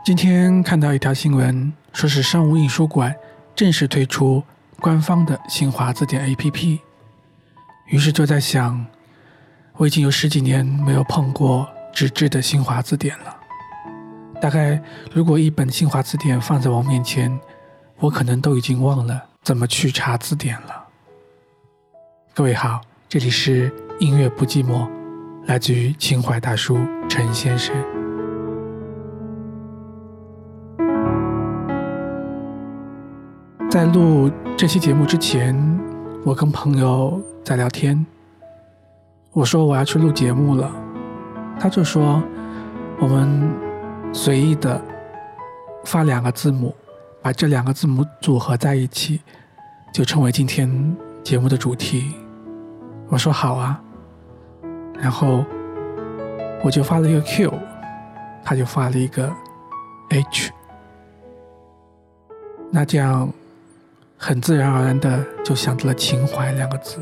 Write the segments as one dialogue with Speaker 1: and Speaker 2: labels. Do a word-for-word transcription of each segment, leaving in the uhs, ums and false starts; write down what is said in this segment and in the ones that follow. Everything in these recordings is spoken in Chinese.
Speaker 1: 今天看到一条新闻，说是商务印书馆正式推出官方的新华字典 A P P， 于是就在想，我已经有十几年没有碰过纸质的新华字典了。大概如果一本新华字典放在我面前，我可能都已经忘了怎么去查字典了。各位好，这里是音乐不寂寞，来自于情怀大叔陈先生。在录这期节目之前，我跟朋友在聊天，我说我要去录节目了，他就说我们随意的发两个字母，把这两个字母组合在一起，就成为今天节目的主题。我说好啊，然后我就发了一个 Q， 他就发了一个 H， 那这样很自然而然的就想到了情怀两个字。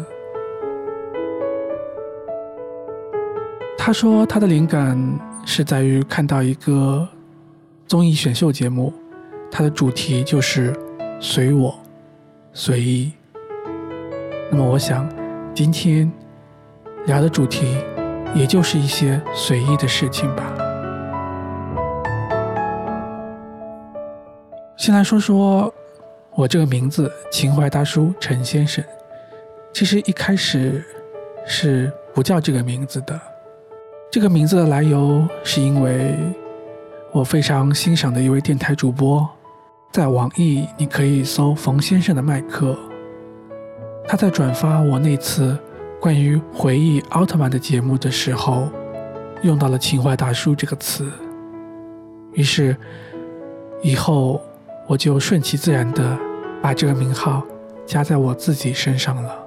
Speaker 1: 他说他的灵感是在于看到一个综艺选秀节目，它的主题就是随我随意。那么我想今天聊的主题也就是一些随意的事情吧。先来说说我这个名字情怀大叔陈先生，其实一开始是不叫这个名字的。这个名字的来由是因为我非常欣赏的一位电台主播，在网易你可以搜冯先生的麦克，他在转发我那次关于回忆奥特曼的节目的时候用到了情怀大叔这个词，于是以后我就顺其自然的把这个名号加在我自己身上了。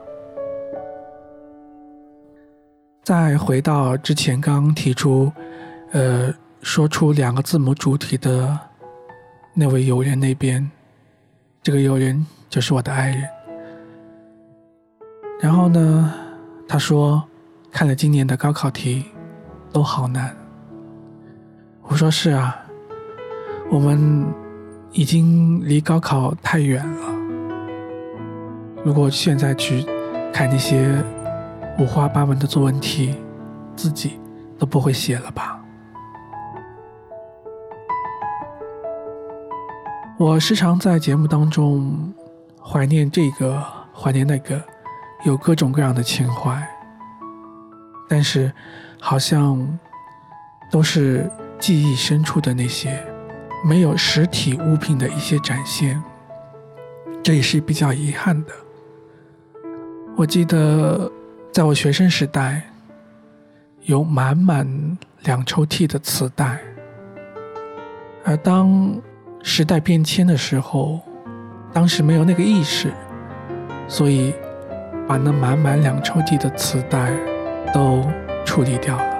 Speaker 1: 再回到之前刚提出呃，说出两个字母主体的那位友人那边，这个友人就是我的爱人。然后呢，他说看了今年的高考题都好难。我说是啊，我们已经离高考太远了，如果现在去看那些五花八门的作文题，自己都不会写了吧。我时常在节目当中怀念这个怀念那个，有各种各样的情怀，但是好像都是记忆深处的那些没有实体物品的一些展现，这也是比较遗憾的。我记得在我学生时代有满满两抽屉的磁带，而当时代变迁的时候，当时没有那个意识，所以把那满满两抽屉的磁带都处理掉了。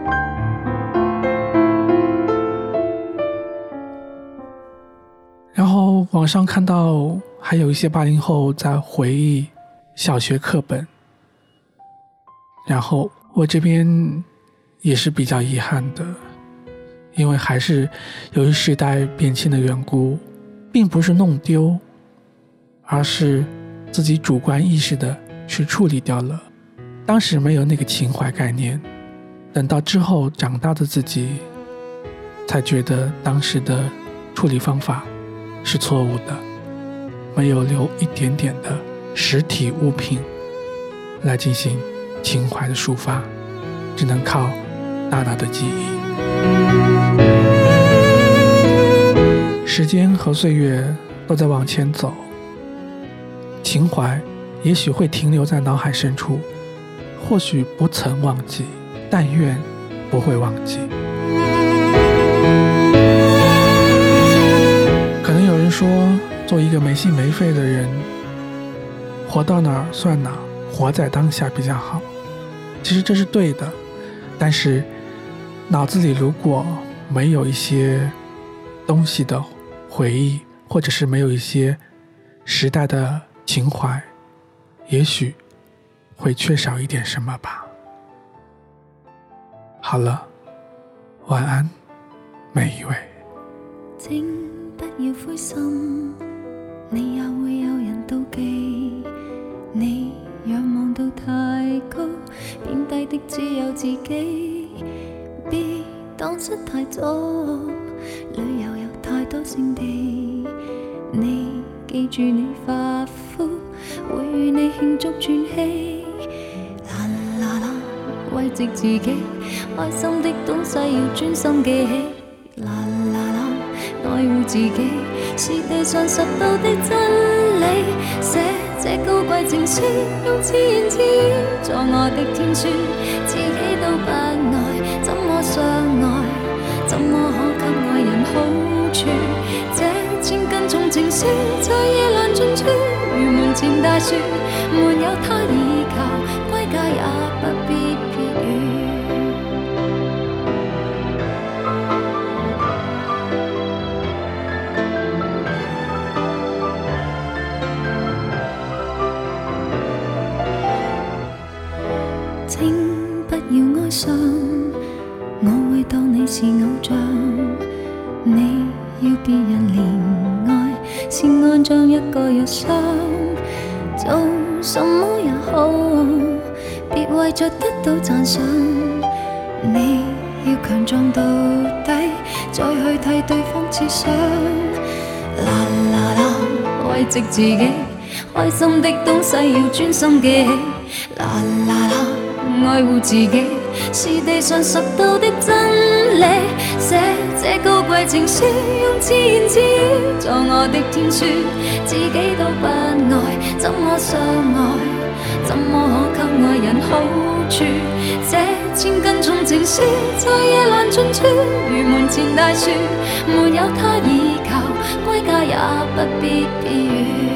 Speaker 1: 然后网上看到还有一些八零后在回忆小学课本，然后我这边也是比较遗憾的，因为还是由于时代变迁的缘故，并不是弄丢，而是自己主观意识的去处理掉了。当时没有那个情怀概念，等到之后长大的自己才觉得当时的处理方法是错误的，没有留一点点的实体物品来进行情怀的抒发，只能靠大大的记忆。时间和岁月都在往前走，情怀也许会停留在脑海深处，或许不曾忘记，但愿不会忘记。可能有人说，做一个没心没肺的人，活到哪儿算哪儿，活在当下比较好。其实这是对的，但是脑子里如果没有一些东西的回忆，或者是没有一些时代的情怀，也许会缺少一点什么吧。好了，晚安，每一位。
Speaker 2: 請不要灰心，你也會有人妒忌。你仰望到太高，貶低的只有自己。別蕩失太早，旅遊有太多勝地。你記住你發膚，會與你慶祝轉機。啦啦啦，慰藉自己，開心的東西要專心記起。啦啦啦，愛護自己是地上拾到的真理。寫這高貴情書，用自言自語作我的天書，自己都不愛，怎麼相愛？怎麼可給愛人好處？這千斤重情書在夜闌盡處，如門前大樹，沒有他倚靠，歸家也不必撇雨。請不要哀傷，我會當你是偶像。你要別人憐愛，是愛像一個藥箱。做什麼也好，別為着得到讚賞。你要強壯到底，再去替對方設想。啦啦啦，慰藉自己，開心的東西要專心記起。啦啦啦，愛護自己是地上拾到的真理。寫這高貴情書，用自言自語作我的天書，自己都不愛，怎麼相愛？怎麼可給愛人好處？這千斤重情書在夜闌盡處，如門前大樹，沒有他倚靠，歸家也不必避雨。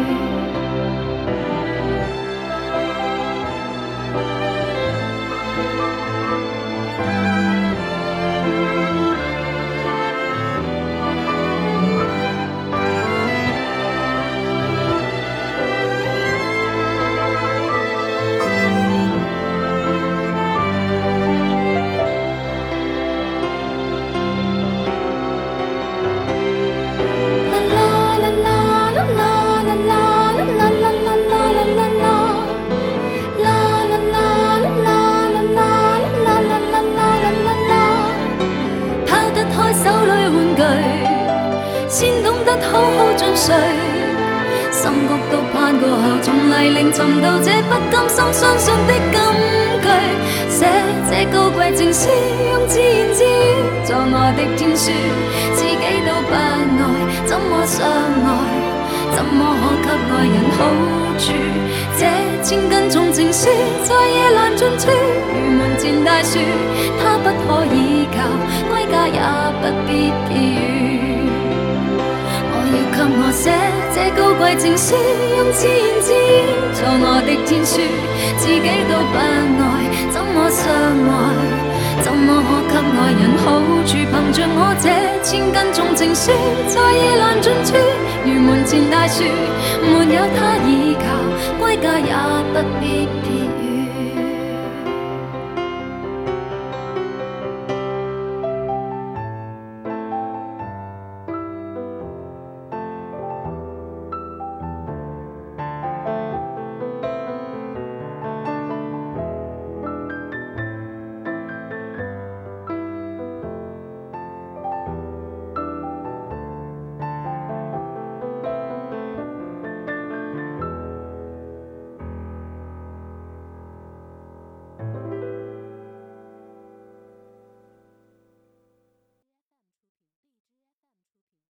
Speaker 2: 先懂得好好進睡，深谷都攀過後，從泥濘尋到這不甘心相信的金句。寫這高貴情書，用自言自語作我的天書，自己都不愛，怎麼相愛？怎麼可給愛人好處？這千斤重情書在夜闌盡處，如門前大樹，他不可倚靠，歸家也不必避雨。要給我寫這高貴情書，用自言自語作我的天書，自己都不愛，怎麼相愛？怎麼可給愛人好處？憑着我這千斤重情書，在夜闌盡處，如門前大樹，沒有他倚靠，歸家也不必撇。